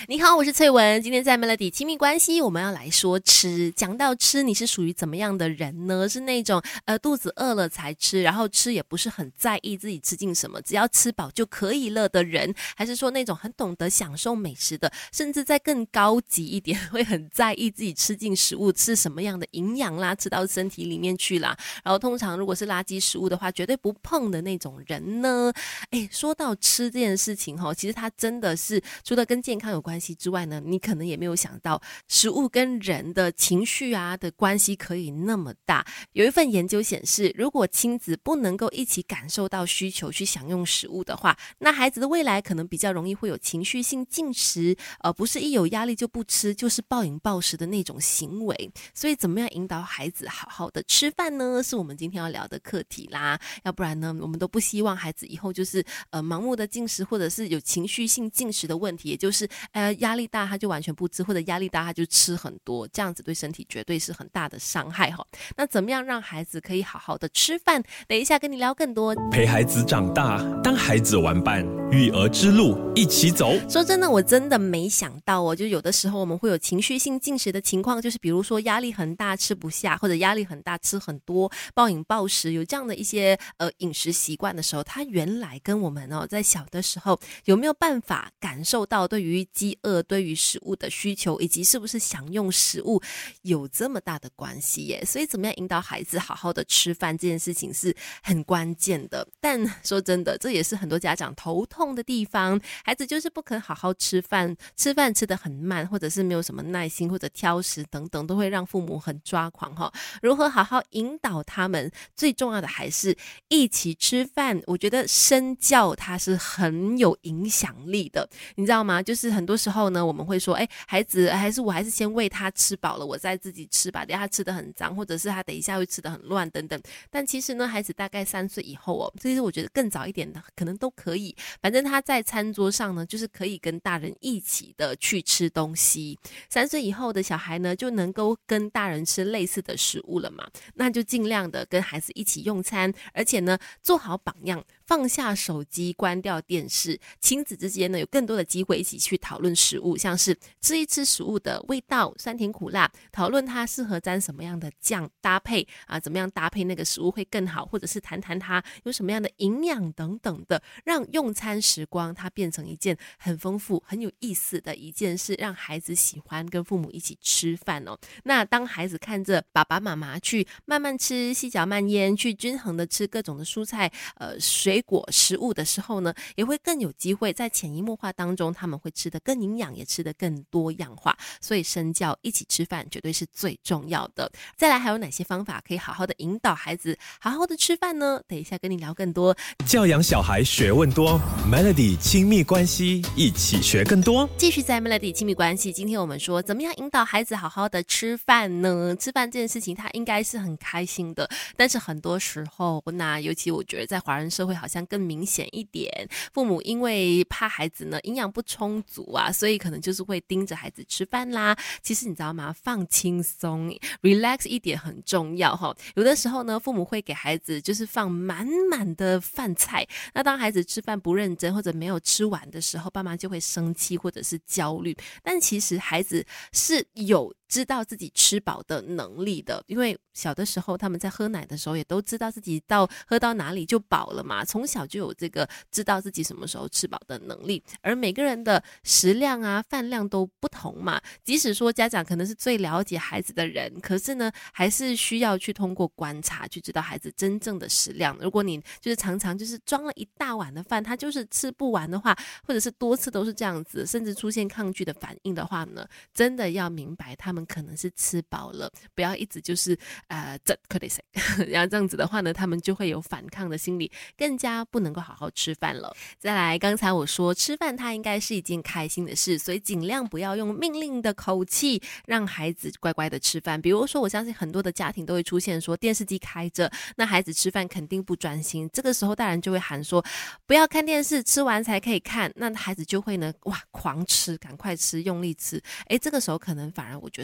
你好，我是翠文。今天在 Melody 亲密关系，我们要来说吃。讲到吃，你是属于怎么样的人呢？是那种肚子饿了才吃，然后吃也不是很在意自己吃进什么，只要吃饱就可以了的人，还是说那种很懂得享受美食的，甚至在更高级一点，会很在意自己吃进食物是什么样的营养啦，吃到身体里面去啦。然后通常如果是垃圾食物的话，绝对不碰的那种人呢？说到吃这件事情其实它真的是除了跟健康有关系之外呢，你可能也没有想到食物跟人的情绪的关系可以那么大。有一份研究显示，如果亲子不能够一起感受到需求去享用食物的话，那孩子的未来可能比较容易会有情绪性进食，不是一有压力就不吃，就是暴饮暴食的那种行为。所以怎么样引导孩子好好的吃饭呢，是我们今天要聊的课题啦。要不然呢，我们都不希望孩子以后就是盲目的进食，或者是有情绪性进食的问题，也就是压力大他就完全不吃，或者压力大他就吃很多，这样子对身体绝对是很大的伤害那怎么样让孩子可以好好的吃饭？等一下跟你聊更多。 陪孩子长大，当孩子玩伴，育儿之路一起走。 说真的，我真的没想到就有的时候我们会有情绪性进食的情况，就是比如说压力很大吃不下，或者压力很大吃很多，暴饮暴食，有这样的一些饮食习惯的时候，它原来跟我们在小的时候有没有办法感受到对于饥饿、对于食物的需求，以及是不是享用食物有这么大的关系耶。所以怎么样引导孩子好好的吃饭这件事情是很关键的。但说真的，这也是很多家长头痛的地方，孩子就是不肯好好吃饭，吃饭吃得很慢，或者是没有什么耐心，或者挑食等等，都会让父母很抓狂如何好好引导他们，最重要的还是一起吃饭。我觉得身教它是很有影响力的，你知道吗？就是很多时候呢，我们会说孩子我还是先喂他吃饱了，我再自己吃吧，等一下他吃得很脏，或者是他等一下会吃得很乱等等。但其实呢，孩子大概3岁以后其实我觉得更早一点的可能都可以，反正他在餐桌上呢，就是可以跟大人一起的去吃东西。3岁以后的小孩呢，就能够跟大人吃类似的食物了嘛，那就尽量的跟孩子一起用餐，而且呢，做好榜样，放下手机，关掉电视，亲子之间呢有更多的机会一起去讨论食物，像是吃一吃食物的味道，酸甜苦辣，讨论它适合沾什么样的酱搭配怎么样搭配那个食物会更好，或者是谈谈它有什么样的营养等等的，让用餐时光它变成一件很丰富很有意思的一件事，让孩子喜欢跟父母一起吃饭那当孩子看着爸爸妈妈去慢慢吃，细嚼慢咽，去均衡的吃各种的蔬菜水果食物的时候呢，也会更有机会在潜移默化当中，他们会吃得更营养，也吃得更多样化。所以身教一起吃饭绝对是最重要的。再来还有哪些方法可以好好的引导孩子好好的吃饭呢？等一下跟你聊更多。 教养小孩学问多， Melody 亲密关系一起学更多。 继续在 Melody 亲密关系，今天我们说怎么样引导孩子好好的吃饭呢？吃饭这件事情他应该是很开心的，但是很多时候那尤其我觉得在华人社会好像更明显一点，父母因为怕孩子呢营养不充足所以可能就是会盯着孩子吃饭啦。其实你知道吗，放轻松 relax 一点很重要有的时候呢，父母会给孩子就是放满满的饭菜，那当孩子吃饭不认真或者没有吃完的时候，爸妈就会生气或者是焦虑。但其实孩子是有知道自己吃饱的能力的，因为小的时候他们在喝奶的时候也都知道自己喝到哪里就饱了嘛，从小就有这个知道自己什么时候吃饱的能力。而每个人的食量饭量都不同嘛，即使说家长可能是最了解孩子的人，可是呢还是需要去通过观察去知道孩子真正的食量。如果你就是常常就是装了一大碗的饭，他就是吃不完的话，或者是多次都是这样子，甚至出现抗拒的反应的话呢，真的要明白他们可能是吃饱了，不要一直就是然后这样子的话呢，他们就会有反抗的心理，更加不能够好好吃饭了。再来，刚才我说吃饭它应该是一件开心的事，所以尽量不要用命令的口气让孩子乖乖的吃饭。比如说我相信很多的家庭都会出现说电视机开着，那孩子吃饭肯定不专心，这个时候大人就会喊说不要看电视，吃完才可以看，那孩子就会呢狂吃，赶快吃，用力吃。这个时候可能反而我觉得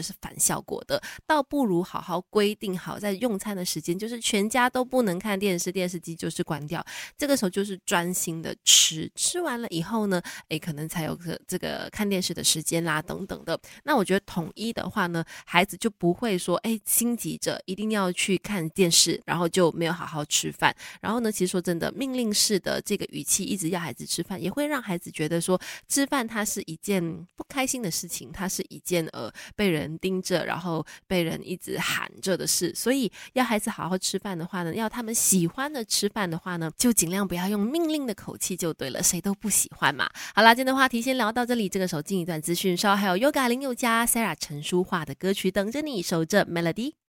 得是反效果的，倒不如好好规定好在用餐的时间，就是全家都不能看电视，电视机就是关掉，这个时候就是专心的吃，吃完了以后呢，可能才有这个看电视的时间啦等等的。那我觉得统一的话呢，孩子就不会说心急着一定要去看电视，然后就没有好好吃饭。然后呢，其实说真的，命令式的这个语气一直要孩子吃饭，也会让孩子觉得说吃饭它是一件不开心的事情，它是一件被人盯着，然后被人一直喊着的事。所以要孩子好好吃饭的话呢，要他们喜欢的吃饭的话呢，就尽量不要用命令的口气就对了，谁都不喜欢嘛。好啦，今天的话题先聊到这里，这个时候进一段资讯，稍后还有 Yoga 林宥嘉、Sarah 陈淑桦的歌曲等着你，守着 Melody。